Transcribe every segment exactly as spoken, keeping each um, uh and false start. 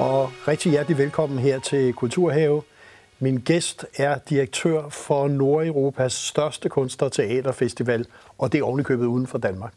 Og rigtig hjertelig velkommen her til Kulturhave. Min gæst er direktør for Nordeuropas største kunst- og teaterfestival, og det er ovenikøbet uden for Danmark.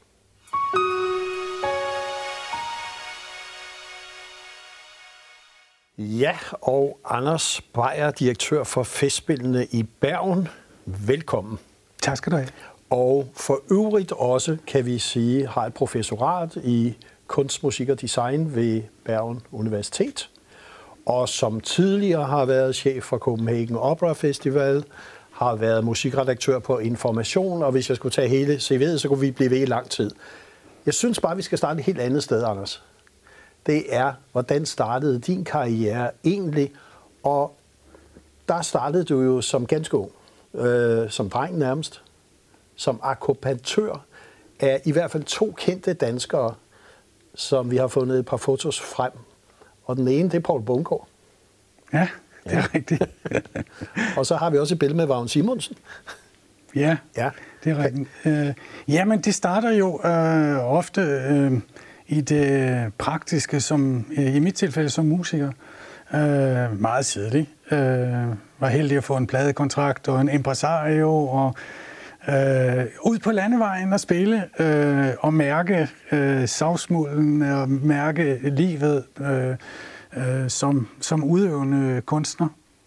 Ja, og Anders Beyer, direktør for Festspillene i Bergen. Velkommen. Tak skal du have. Og for øvrigt også, kan vi sige, har et professorat i kunst, musik og design ved Bergen Universitet. Og som tidligere har været chef for Copenhagen Opera Festival, har været musikredaktør på Information, og hvis jeg skulle tage hele C V'et, så kunne vi blive ved i lang tid. Jeg synes bare, vi skal starte et helt andet sted, Anders. Det er, hvordan startede din karriere egentlig? Og der startede du jo som ganske ung, øh, som dreng nærmest, som akkompagnatør af i hvert fald to kendte danskere, som vi har fundet et par fotos frem. Og den ene, det er Poul Bundgaard. Ja, det er ja. rigtigt. Og så har vi også et billede med Vagn Simonsen. Ja, ja, det er rigtigt. Øh, jamen, det starter jo øh, ofte øh, i det praktiske, som øh, i mit tilfælde som musiker. Øh, meget tidligt. Øh, var heldig at få en pladekontrakt og en impresario og Øh, ud på landevejen og spille øh, og mærke øh, savsmulden og mærke livet øh, øh, som, som udøvende kunstner.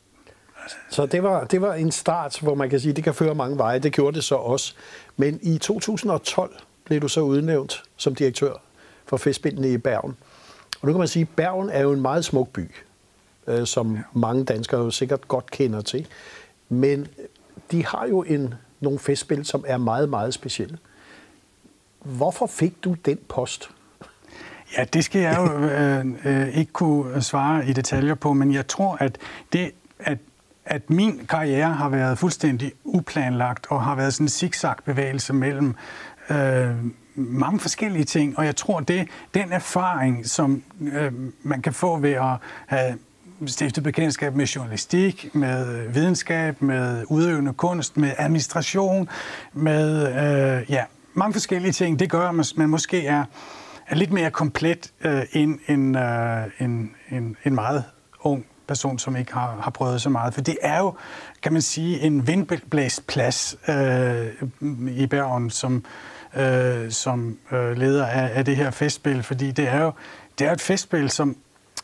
Så det var, det var en start, hvor man kan sige, at det kan føre mange veje. Det gjorde det så også. Men i to tusind og tolv blev du så udnævnt som direktør for Festspillene i Bergen. Og nu kan man sige, at Bergen er jo en meget smuk by, øh, som mange danskere jo sikkert godt kender til. Men de har jo en nogle festspil, som er meget, meget specielle. Hvorfor fik du den post? Ja, det skal jeg jo øh, øh, ikke kunne svare i detaljer på, men jeg tror, at det, at, at min karriere har været fuldstændig uplanlagt og har været sådan en zigzag-bevægelse mellem øh, mange forskellige ting, og jeg tror, det den erfaring, som øh, man kan få ved at have stiftet bekendtskab med journalistik, med videnskab, med udøvende kunst, med administration, med øh, ja, mange forskellige ting. Det gør, at man måske er, er lidt mere komplet øh, end en, øh, en, en, en meget ung person, som ikke har, har prøvet så meget. For det er jo, kan man sige, en vindblæst plads øh, i Bergen, som, øh, som øh, leder af, af det her festspil, fordi det er jo det er et festspil, som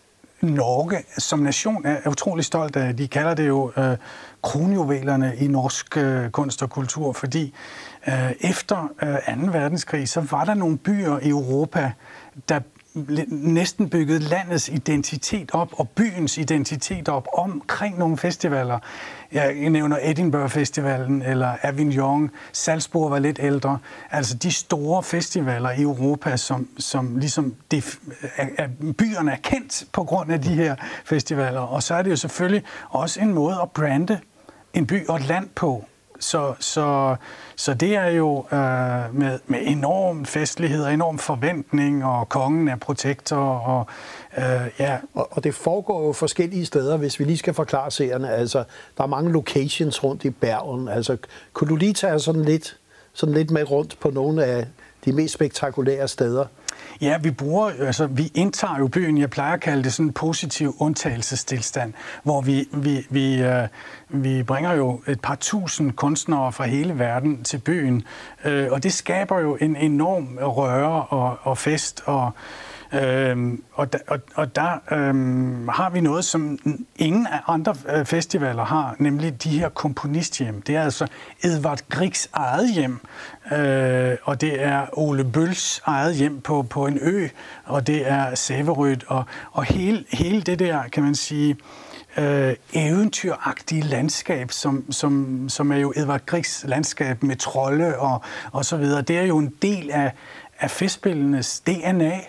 Norge som nation er utrolig stolt af. De kalder det jo øh, kronjuvelerne i norsk øh, kunst og kultur, fordi øh, efter øh, anden verdenskrig, så var der nogle byer i Europa, der næsten byggede landets identitet op, og byens identitet op omkring nogle festivaler. Jeg nævner Edinburgh Festivalen eller Avignon. Salzburg var lidt ældre. Altså de store festivaler i Europa, som, som ligesom de, er, er, byerne er kendt på grund af de her festivaler. Og så er det jo selvfølgelig også en måde at brande en by og et land på. Så, så, så det er jo øh, med, med enorm festlighed og enorm forventning, og kongen er protektor. Og, øh, ja. og, og det foregår jo forskellige steder, hvis vi lige skal forklare seerne. Altså, der er mange locations rundt i Bergen. Altså, kunne du lige tage sådan lidt, sådan lidt med rundt på nogle af de mest spektakulære steder? Ja, vi bruger, altså vi indtager jo byen, jeg plejer at kalde det sådan en positiv undtagelsestilstand, hvor vi, vi, vi, øh, vi bringer jo et par tusind kunstnere fra hele verden til byen, øh, og det skaber jo en enorm røre og, og fest, og Øhm, og, da, og, og der øhm, har vi noget, som ingen af andre øh, festivaler har, nemlig de her komponisthjem. Det er altså Edvard Griegs eget hjem, øh, og det er Ole Bøls eget hjem på, på en ø, og det er Sæverød, og, og hele, hele det der, kan man sige, øh, eventyragtige landskab, som, som, som er jo Edvard Griegs landskab med trolde og, og så videre. Det er jo en del af, af festspillenes D N A,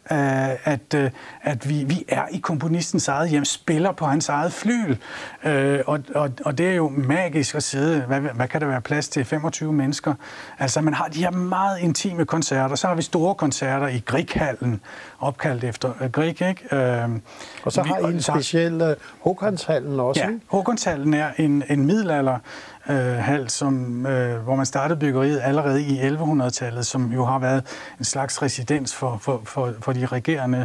at, at vi, vi er i komponistens eget hjem, spiller på hans eget flygel. Og, og, og det er jo magisk at sidde, hvad, hvad kan der være plads til, femogtyve mennesker. Altså man har de her meget intime koncerter, så har vi store koncerter i Grieghallen, opkaldt efter Grieg, ikke? Og så har I en speciel Håkonshallen også, ja, ikke? Håkonshallen er en, en middelalder øh, hal, som, øh, hvor man startede byggeriet allerede i elleve hundrede-tallet, som jo har været en slags residens for, for, for, for de regerende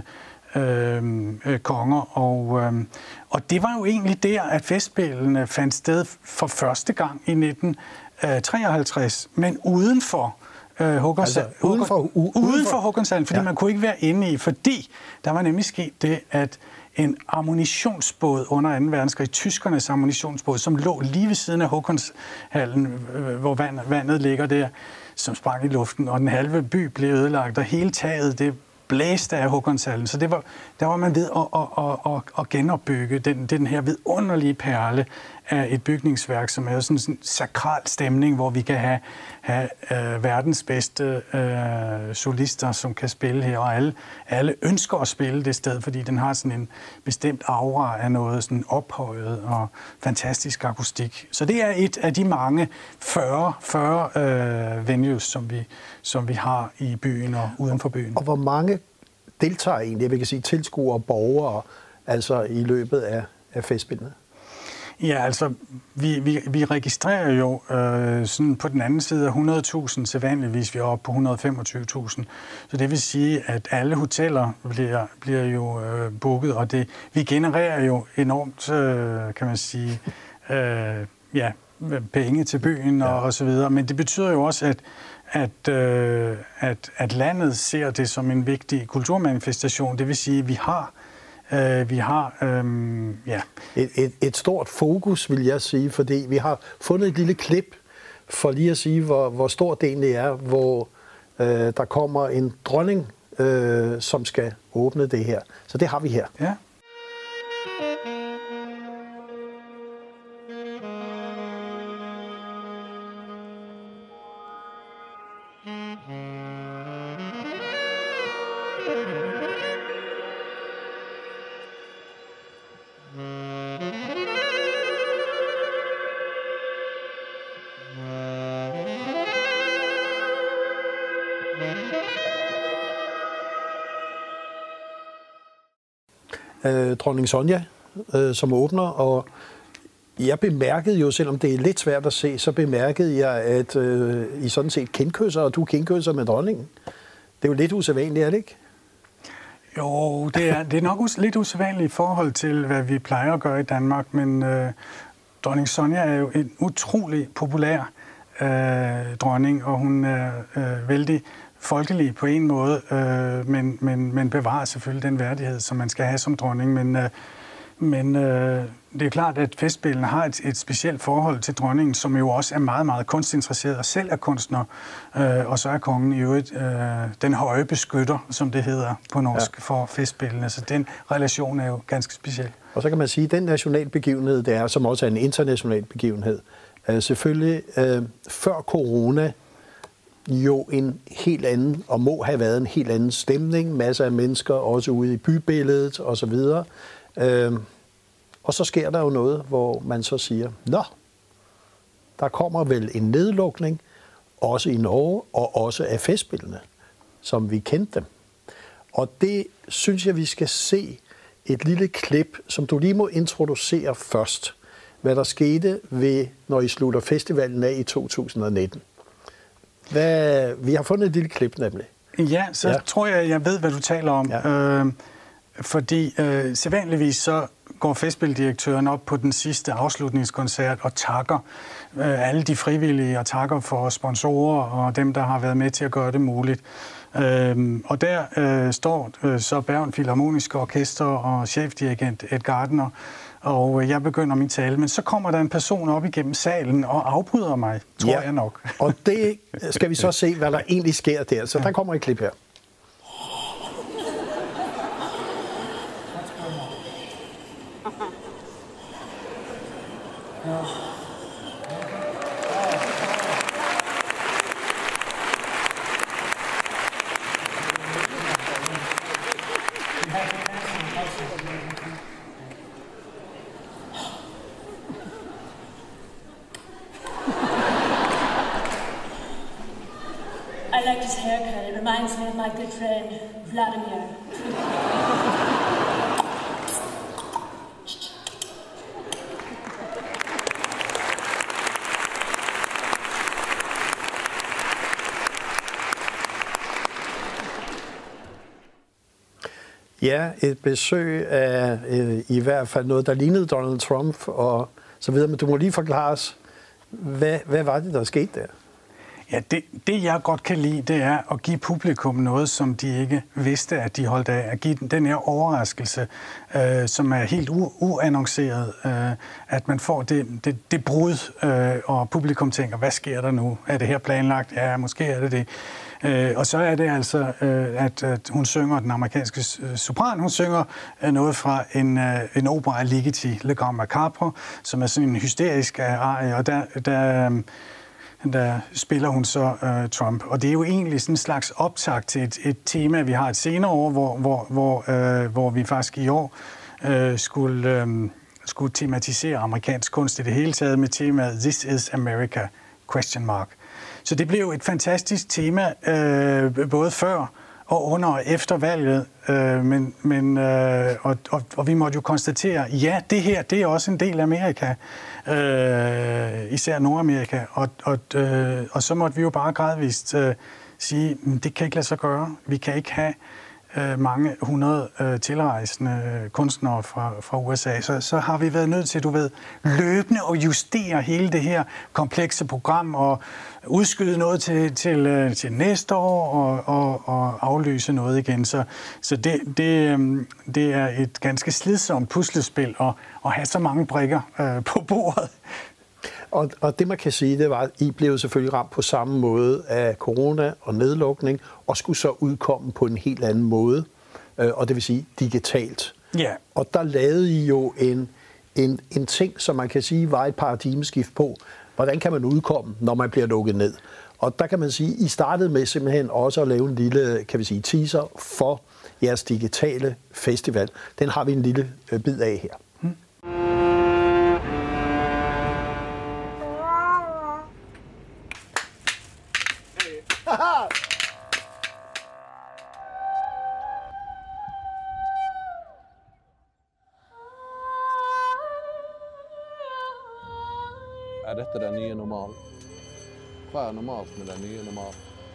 øh, øh, konger. Og, øh, og det var jo egentlig der, at festspillene fandt sted for første gang i nitten treoghalvtreds, men uden for øh, Håkonshallen. Altså, uden for, u- uden for Håkonshallen, fordi ja. man kunne ikke være inde i, fordi der var nemlig sket det, at en ammunitionsbåd under anden verdenskrig, tyskernes ammunitionsbåd, som lå lige ved siden af Håkonshallen, hvor vand, vandet ligger der, som sprang i luften, og den halve by blev ødelagt, og hele taget, det blæste af Håkonshallen. Så det var, der var man ved at, at, at, at, at genopbygge den, den her vidunderlige perle af et bygningsværk, som er sådan en sakral stemning, hvor vi kan have, have øh, verdens bedste øh, solister, som kan spille her, og alle, alle ønsker at spille det sted, fordi den har sådan en bestemt aura af noget sådan ophøjet og fantastisk akustik. Så det er et af de mange fyrre, fyrre øh, venues, som vi, som vi har i byen og uden for byen. Og hvor mange deltager egentlig, vi kan sige tilskuere og borgere, altså i løbet af, af festspillene? Ja, altså, vi, vi, vi registrerer jo øh, sådan på den anden side af hundrede tusind, sædvanligvis vi er oppe på et hundrede og femogtyve tusind. Så det vil sige, at alle hoteller bliver, bliver jo øh, booket, og det, vi genererer jo enormt, øh, kan man sige, øh, ja, penge til byen og, og så videre. Men det betyder jo også, at At, øh, at, at landet ser det som en vigtig kulturmanifestation. Det vil sige, at vi har, øh, vi har øh, ja. et, et, et stort fokus, vil jeg sige, fordi vi har fundet et lille klip for lige at sige, hvor, hvor stort det egentlig er, hvor øh, der kommer en dronning, øh, som skal åbne det her. Så det har vi her. Ja. Øh, dronning Sonja, øh, som åbner, og jeg bemærkede jo, selvom det er lidt svært at se, så bemærkede jeg, at øh, I sådan set kindkysser, og du kindkysser med dronningen. Det er jo lidt usædvanligt, er det ikke? Jo, det er, det er nok us- lidt usædvanligt i forhold til, hvad vi plejer at gøre i Danmark, men øh, dronning Sonja er jo en utrolig populær øh, dronning, og hun er øh, vældig folkelig på en måde, øh, men, men, men bevarer selvfølgelig den værdighed, som man skal have som dronning. Men, øh, men øh, det er klart, at festspillene har et, et specielt forhold til dronningen, som jo også er meget, meget kunstinteresseret og selv er kunstner. Øh, og så er kongen i øvrigt øh, den høje beskytter, som det hedder på norsk, ja. For festspillene. Så den relation er jo ganske speciel. Og så kan man sige, at den national begivenhed, det er, som også er en international begivenhed, er selvfølgelig øh, før corona jo en helt anden, og må have været en helt anden stemning, masser af mennesker, også ude i bybilledet osv. Øh, og så sker der jo noget, hvor man så siger, nå, der kommer vel en nedlukning, også i Norge, og også af festspillene, som vi kendte dem. Og det synes jeg, vi skal se et lille klip, som du lige må introducere først, hvad der skete, ved, når I slutter festivalen af i to tusind nitten. Hvad, vi har fundet et lille klip nemlig. Ja, så ja. tror jeg, jeg ved, hvad du taler om. Ja. Øh, fordi øh, sædvanligvis så går festspildirektøren op på den sidste afslutningskoncert og takker øh, alle de frivillige og takker for sponsorer og dem, der har været med til at gøre det muligt. Øh, og der øh, står øh, så Bergen Filharmoniske Orkester og chefdirigent Ed Gardner, og jeg begynder min tale, men så kommer der en person op igennem salen og afbryder mig, tror ja. jeg nok. Og det skal vi så se, hvad der egentlig sker der. Så ja. Der kommer et klip her. I liked his haircut. It reminds me of my good friend, Vladimir. Ja, et besøg af øh, i hvert fald noget, der lignede Donald Trump og så videre. Men du må lige forklare os, hvad, hvad var det, der skete der? Ja, det, det jeg godt kan lide, det er at give publikum noget, som de ikke vidste, at de holdt af. At give den, den her overraskelse, øh, som er helt u- uannonceret. Øh, at man får det, det, det brud, øh, og publikum tænker, hvad sker der nu? Er det her planlagt? Ja, måske er det det. Øh, og så er det altså, øh, at, at hun synger, den amerikanske sopran, hun synger øh, noget fra en, øh, en opera af Ligeti, Le Grand Macabre, som er sådan en hysterisk arie, og der... der øh, der spiller hun så uh, Trump. Og det er jo egentlig sådan en slags optakt til et, et tema, vi har et senere år, hvor, hvor, hvor, uh, hvor vi faktisk i år uh, skulle, um, skulle tematisere amerikansk kunst i det hele taget med temaet This is America? Question mark. Så det blev et fantastisk tema, uh, både før og under og efter valget, øh, men, men, øh, og, og, og vi måtte jo konstatere, ja, det her, det er også en del af Amerika, øh, især Nordamerika, og, og, øh, og så måtte vi jo bare gradvist øh, sige, det kan ikke lade sig gøre, vi kan ikke have øh, mange hundrede øh, tilrejsende kunstnere fra, fra U S A, så, så har vi været nødt til, du ved, løbende at justere hele det her komplekse program, og udskyde noget til, til, til næste år og, og, og aflyse noget igen. Så, så det, det, det er et ganske slidsomt puslespil at, at have så mange brikker øh, på bordet. Og, og det man kan sige, det var, at I blev selvfølgelig ramt på samme måde af corona og nedlukning, og skulle så udkomme på en helt anden måde, øh, og det vil sige digitalt. Ja. Og der lavede I jo en, en, en ting, som man kan sige var et paradigmeskift på, hvordan kan man udkomme, når man bliver lukket ned? Og der kan man sige, at I startede med simpelthen også at lave en lille, kan vi sige, teaser for jeres digitale festival. Den har vi en lille bid af her. Hmm. Er dette den nye normal? Hvad er normalt med den nye normal?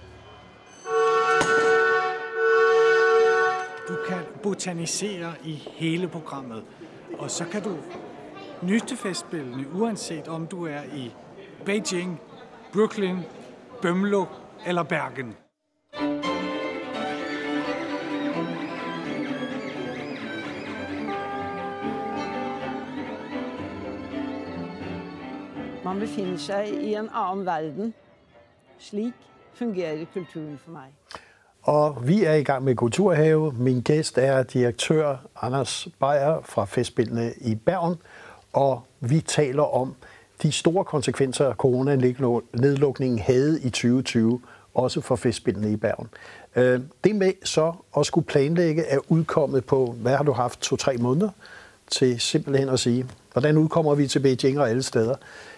Du kan botanisere i hele programmet, og så kan du nyde festspillene, uanset om du er i Beijing, Brooklyn, Bømlo eller Bergen. Man befinder sig i en anden verden. Slik fungerer kulturen for mig. Og vi er i gang med Kulturhave. Min gæst er direktør Anders Beyer fra Festspillene i Bergen, og vi taler om de store konsekvenser, coronanedlukningen havde i tyve tyve, også for Festspillene i Bergen. Det med så at skulle planlægge er udkommet på, hvad har du haft, to-tre måneder, til simpelthen at sige, hvordan udkommer vi til Beijing og alle steder.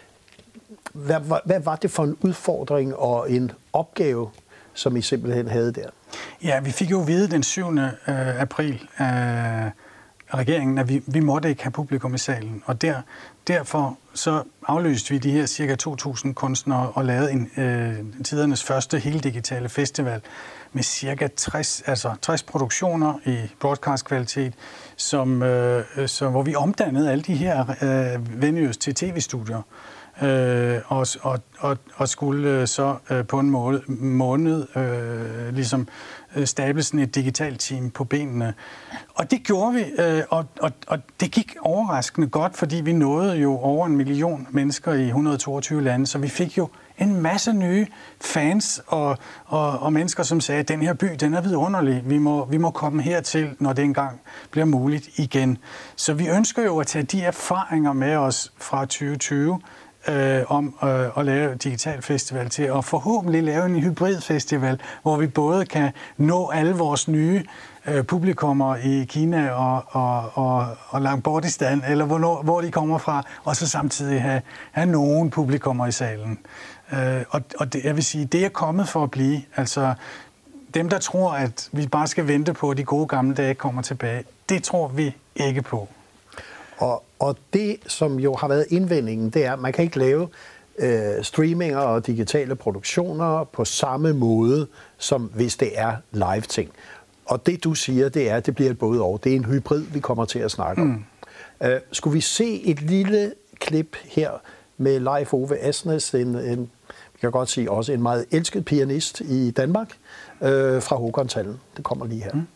Hvad, hvad, hvad var det for en udfordring og en opgave, som I simpelthen havde der? Ja, vi fik jo at vide den syvende april af regeringen, at vi, vi måtte ikke have publikum i salen. Og der, derfor så afløste vi de her cirka to tusind kunstnere og lavede en, øh, tidernes første heldigitale festival med cirka tres, altså tres produktioner i broadcast-kvalitet, som, øh, som, hvor vi omdannede alle de her øh, venues til tv-studier. Øh, og, og, og, og skulle så øh, på en måned, måned øh, ligesom øh, stable sådan et digitalt team på benene. Og det gjorde vi, øh, og, og, og det gik overraskende godt, fordi vi nåede jo over en million mennesker i et hundrede og toogtyve lande, så vi fik jo en masse nye fans og, og, og mennesker, som sagde, at den her by, den er vidunderlig. Vi må, vi må komme hertil, når det engang bliver muligt igen. Så vi ønsker jo at tage de erfaringer med os fra tyve tyve, Øh, om øh, at lave en digital festival til, og forhåbentlig lave en hybridfestival, hvor vi både kan nå alle vores nye øh, publikummer i Kina og, og, og, og langt bort i stand, eller hvor, hvor de kommer fra, og så samtidig have, have nogen publikummer i salen. Øh, og og det, jeg vil sige, det er kommet for at blive. Altså, dem, der tror, at vi bare skal vente på, at de gode gamle dage kommer tilbage, det tror vi ikke på. Og, og det, som jo har været indvendingen, det er, at man kan ikke lave øh, streaminger og digitale produktioner på samme måde, som hvis det er live-ting. Og det, du siger, det er, at det bliver et både og. Det er en hybrid, vi kommer til at snakke om. Mm. Uh, skulle vi se et lille klip her med Leif Ove Asnes, en, en, vi kan godt sige også en meget elsket pianist i Danmark, uh, fra Håkonshallen. Det kommer lige her. Mm.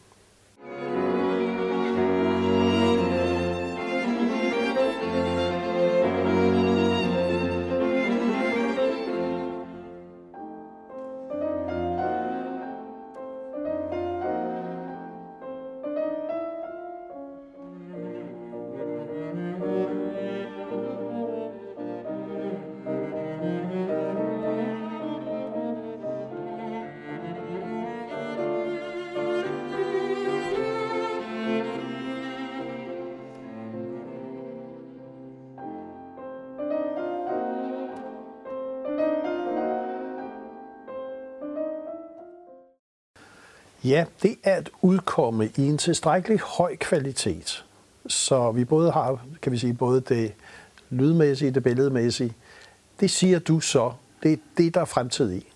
Ja, det er at udkomme i en tilstrækkelig høj kvalitet, så vi både har, kan vi sige, både det lydmæssige, det billedmæssige. Det siger du så, det er det, der er fremtid i.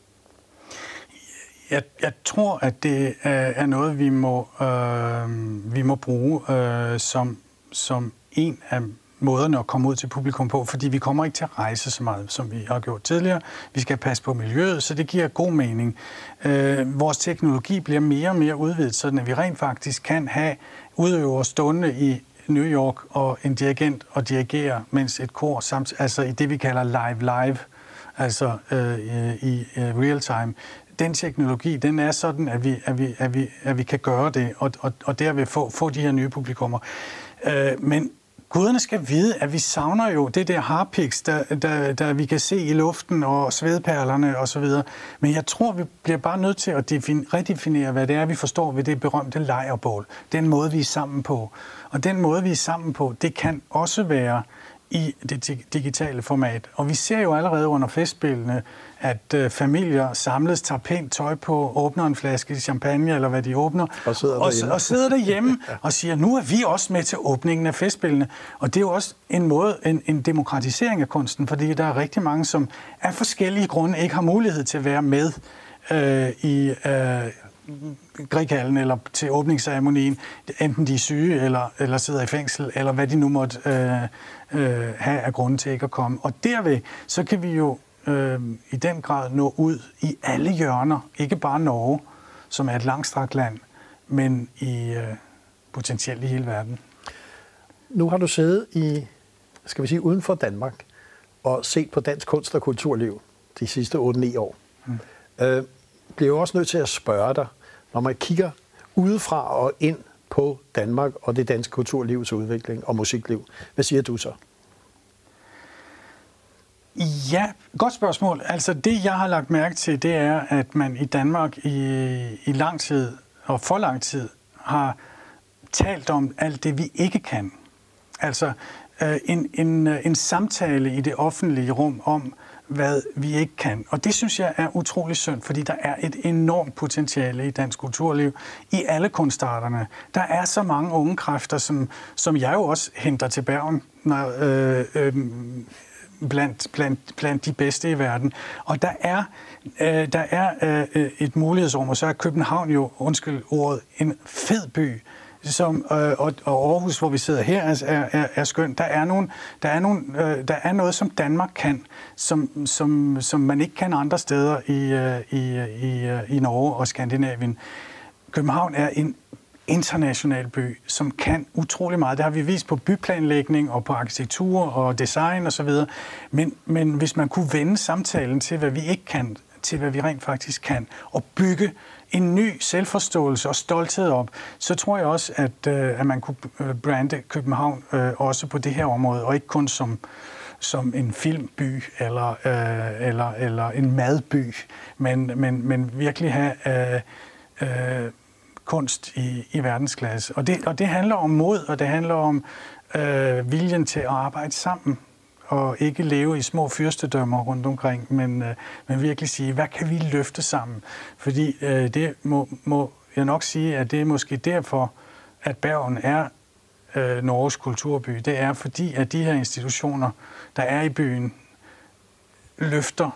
Jeg, jeg tror, at det er noget, vi må, øh, vi må bruge øh, som, som en af måderne at komme ud til publikum på, fordi vi kommer ikke til at rejse så meget, som vi har gjort tidligere. Vi skal passe på miljøet, så det giver god mening. Øh, vores teknologi bliver mere og mere udvidet, så at vi rent faktisk kan have udøvere stående i New York og en dirigent og dirigere, mens et kor, samt, altså i det vi kalder live-live, altså øh, i øh, real time. Den teknologi, den er sådan, at vi, at vi, at vi, at vi kan gøre det, og, og, og derved få, få de her nye publikummer. Øh, men guderne skal vide, at vi savner jo det der harpiks, der, der, der vi kan se i luften, og svedperlerne osv. Men jeg tror, vi bliver bare nødt til at defin- redefinere, hvad det er, vi forstår ved det berømte lejrbål. Den måde, vi er sammen på. Og den måde, vi er sammen på, det kan også være i det digitale format. Og vi ser jo allerede under festspillene, at øh, familier samles, tager pænt tøj på, åbner en flaske champagne, eller hvad de åbner, og sidder og, derhjemme, og sidder derhjemme og siger, nu er vi også med til åbningen af festspillene. Og det er jo også en måde, en, en demokratisering af kunsten, fordi der er rigtig mange, som af forskellige grunde ikke har mulighed til at være med øh, i øh, Grieghallen eller til åbningsceremonien, enten de er syge, eller, eller sidder i fængsel, eller hvad de nu måtte øh, øh, have af grunde til ikke at komme. Og derved, så kan vi jo øh, i den grad nå ud i alle hjørner, ikke bare Norge, som er et langstrakt land, men i øh, potentielt i hele verden. Nu har du siddet i, skal vi sige, uden for Danmark, og set på dansk kunst og kulturliv de sidste otte ni år. Mm. Øh, bliver jo også nødt til at spørge dig, når man kigger udefra og ind på Danmark og det danske kulturlivs udvikling og musikliv. Hvad siger du så? Ja, godt spørgsmål. Altså det, jeg har lagt mærke til, det er, at man i Danmark i, i lang tid, og for lang tid, har talt om alt det, vi ikke kan. Altså øh, en, en, en samtale i det offentlige rum om, hvad vi ikke kan. Og det synes jeg er utrolig synd, fordi der er et enormt potentiale i dansk kulturliv, i alle kunstarterne. Der er så mange unge kræfter, som, som jeg jo også henter til Bergen, når, øh, øh, blandt, blandt, blandt de bedste i verden. Og der er, øh, der er øh, et mulighedsrum, og så er København jo, undskyld ordet, en fed by, som, øh, og, og Aarhus, hvor vi sidder her, er, er, er skønt. Der er, nogle, der, er nogle, øh, der er noget, som Danmark kan, som, som, som man ikke kan andre steder i, øh, i, i, i Norge og Skandinavien. København er en international by, som kan utrolig meget. Det har vi vist på byplanlægning og på arkitektur og design osv. Men, men hvis man kunne vende samtalen til, hvad vi ikke kan, til hvad vi rent faktisk kan, og bygge en ny selvforståelse og stolthed op, så tror jeg også, at, øh, at man kunne brande København øh, også på det her område, og ikke kun som, som en filmby eller, øh, eller, eller en madby, men, men, men virkelig have øh, øh, kunst i, i verdensklasse. Og det, og det handler om mod, og det handler om øh, viljen til at arbejde sammen, og ikke leve i små fyrstedømmer rundt omkring, men, øh, men virkelig sige, hvad kan vi løfte sammen? Fordi øh, det må, må jeg nok sige, at det er måske derfor, at Bergen er øh, Norges kulturby. Det er fordi, at de her institutioner, der er i byen, løfter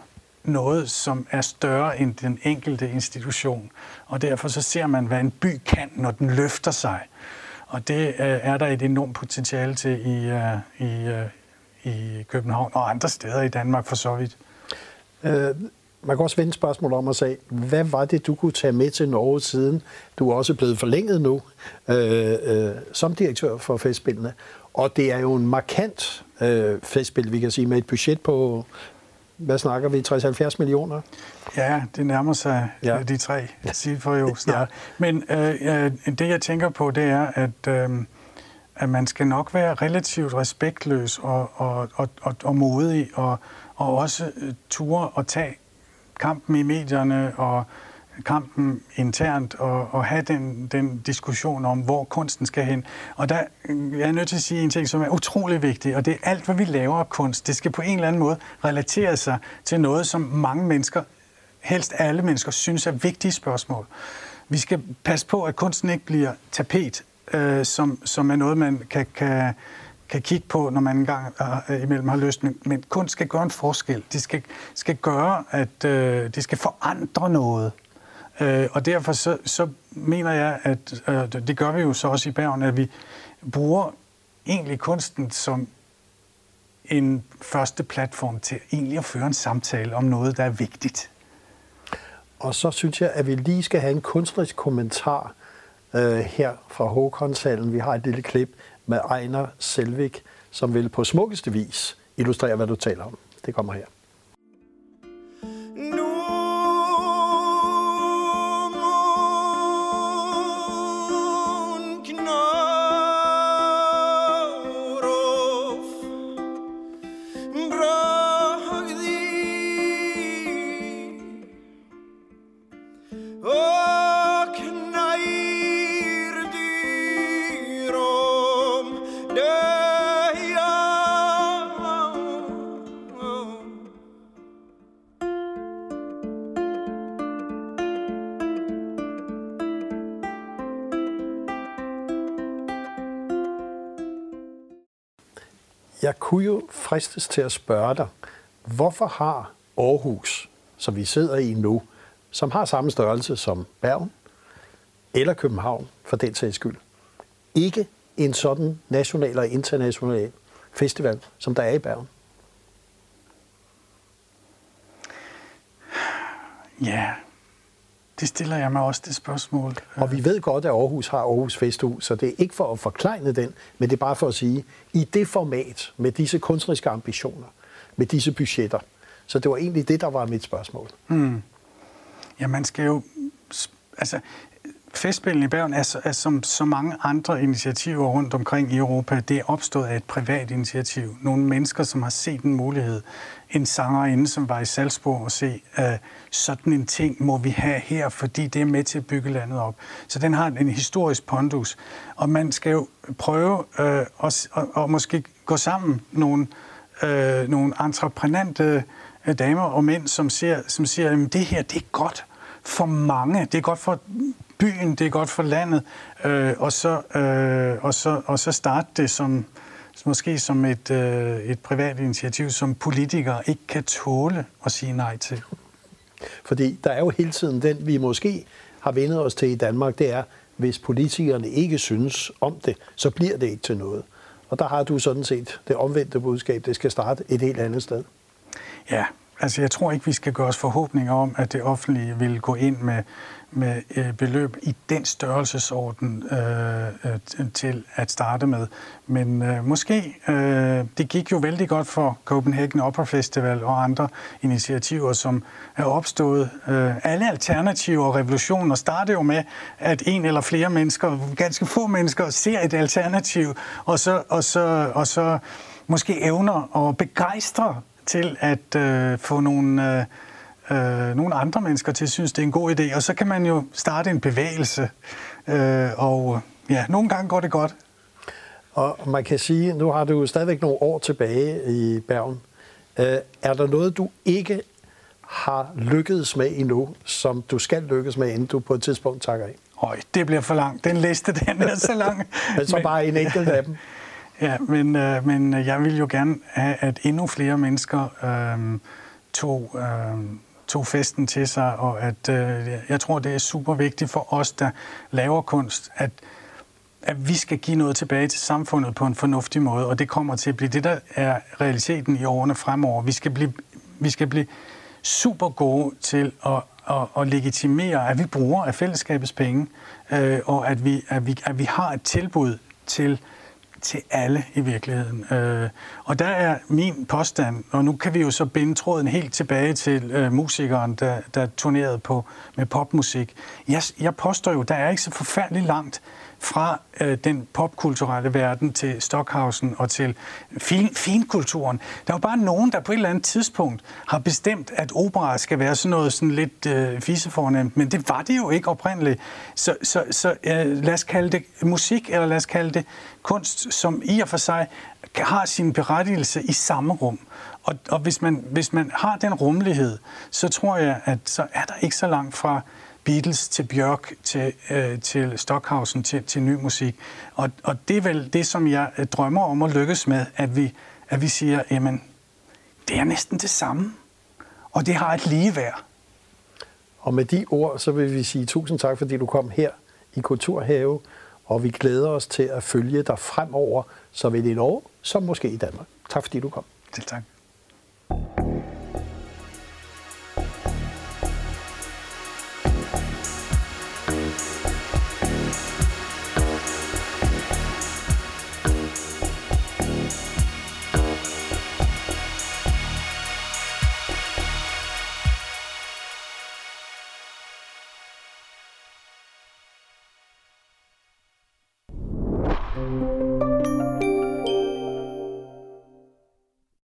noget, som er større end den enkelte institution. Og derfor så ser man, hvad en by kan, når den løfter sig. Og det øh, er der et enormt potentiale til i, øh, i, øh, i København og andre steder i Danmark for så vidt. Øh, man kan også vende spørgsmål om at sige, hvad var det, du kunne tage med til Norge siden? Du er også blevet forlænget nu øh, øh, som direktør for Festspillene. Og det er jo en markant øh, festspil, vi kan sige, med et budget på, hvad snakker vi, tres til halvfjerds millioner? Ja, det nærmer sig ja. de tre cifre jo snart. Ja. Men øh, det, jeg tænker på, det er, at, øh, at man skal nok være relativt respektløs og, og, og, og, og modig, og, og også ture og tage kampen i medierne og kampen internt og, og have den, den diskussion om, hvor kunsten skal hen. Og der jeg er nødt til at sige en ting, som er utrolig vigtig, og det er alt, hvad vi laver af kunst. Det skal på en eller anden måde relatere sig til noget, som mange mennesker, helst alle mennesker, synes er vigtige spørgsmål. Vi skal passe på, at kunsten ikke bliver tapet, øh, som, som er noget, man kan, kan, kan kigge på, når man engang øh, imellem har lyst. Men, men kunst skal gøre en forskel. Det skal, skal gøre, at øh, det skal forandre noget. Øh, og derfor så, så mener jeg, at øh, det gør vi jo så også i Bergen, at vi bruger egentlig kunsten som en første platform til egentlig at føre en samtale om noget, der er vigtigt. Og så synes jeg, at vi lige skal have en kunstnerisk kommentar øh, her fra Håkonshallen. Vi har et lille klip med Ejner Selvik, som vil på smukkeste vis illustrere, hvad du taler om. Det kommer her. Jeg kunne jo fristes til at spørge dig, hvorfor har Aarhus, som vi sidder i nu, som har samme størrelse som Bergen eller København, for den sags skyld, ikke en sådan national og international festival, som der er i Bergen? Ja, det stiller jeg mig også det spørgsmål. Og vi ved godt, at Aarhus har Aarhus Festhus, så det er ikke for at forklejne den, men det er bare for at sige, i det format, med disse kunstneriske ambitioner, med disse budgetter. Så det var egentlig det, der var mit spørgsmål. Hmm. Ja, man skal jo... Altså, Festspillene i Bergen er, er som så mange andre initiativer rundt omkring i Europa. Det er opstået af et privat initiativ. Nogle mennesker, som har set en mulighed. En sangerinde, som var i Salzburg og se, uh, sådan en ting må vi have her, fordi det er med til at bygge landet op. Så den har en historisk pondus. Og man skal jo prøve uh, at, at, at måske gå sammen nogle, uh, nogle entreprenante uh, damer og mænd, som siger, som siger at det her det er godt for mange. Det er godt for byen, det er godt for landet, øh, og, så, øh, og, så, og så starte det som, måske som et, øh, et privat initiativ, som politikere ikke kan tåle at sige nej til. Fordi der er jo hele tiden den, vi måske har vendt os til i Danmark, det er, hvis politikerne ikke synes om det, så bliver det ikke til noget. Og der har du sådan set det omvendte budskab, det skal starte et helt andet sted. Ja, altså jeg tror ikke, vi skal gøre os forhåbninger om, at det offentlige vil gå ind med med øh, beløb i den størrelsesorden øh, øh, til at starte med. Men øh, måske, øh, det gik jo vældig godt for Copenhagen Opera Festival og andre initiativer, som er opstået. Øh, alle alternativer og revolutioner starter jo med, at en eller flere mennesker, ganske få mennesker, ser et alternativ, og så, og så, og så måske evner at begejstre til at øh, få nogle... Øh, Øh, nogle andre mennesker til synes, det er en god idé, og så kan man jo starte en bevægelse, øh, og ja, nogle gange går det godt. Og man kan sige, nu har du jo stadigvæk nogle år tilbage i Bergen. Øh, er der noget, du ikke har lykkedes med endnu, som du skal lykkes med, inden du på et tidspunkt takker af? Øj, det bliver for langt. Den liste, den er så lang. Men så bare en enkelt af dem. Ja, men, øh, men jeg vil jo gerne have, at endnu flere mennesker... Øh, tog, øh, tog festen til sig, og at øh, jeg tror, det er super vigtigt for os, der laver kunst, at, at vi skal give noget tilbage til samfundet på en fornuftig måde, og det kommer til at blive det, der er realiteten i årene fremover. Vi skal blive, vi skal blive super gode til at, at, at legitimere, at vi bruger af fællesskabets penge, øh, og at vi, at, vi, at vi har et tilbud til til alle i virkeligheden. Øh, og der er min påstand, og nu kan vi jo så binde tråden helt tilbage til øh, musikeren, der, der turnerede på med popmusik. Jeg, jeg påstår jo, der er ikke så forfærdeligt langt fra øh, den popkulturelle verden til Stockhausen og til fin, finkulturen. Der er jo bare nogen, der på et eller andet tidspunkt har bestemt, at opera skal være sådan noget sådan lidt øh, fisefornemt, men det var det jo ikke oprindeligt. Så, så, så øh, lad os kalde det musik, eller lad os kalde det kunst, som i og for sig har sin berettigelse i samme rum. Og, og hvis, man, hvis man har den rummelighed, så tror jeg, at så er der ikke så langt fra Beatles til Bjørk, til, øh, til Stockhausen, til, til ny musik. Og, og det er vel det, som jeg drømmer om at lykkes med, at vi, at vi siger, jamen, det er næsten det samme, og det har et ligeværd. Og med de ord, så vil vi sige tusind tak, fordi du kom her i Kulturhave, og vi glæder os til at følge dig fremover, så vel i Norge, som måske i Danmark. Tak fordi du kom. Selv tak.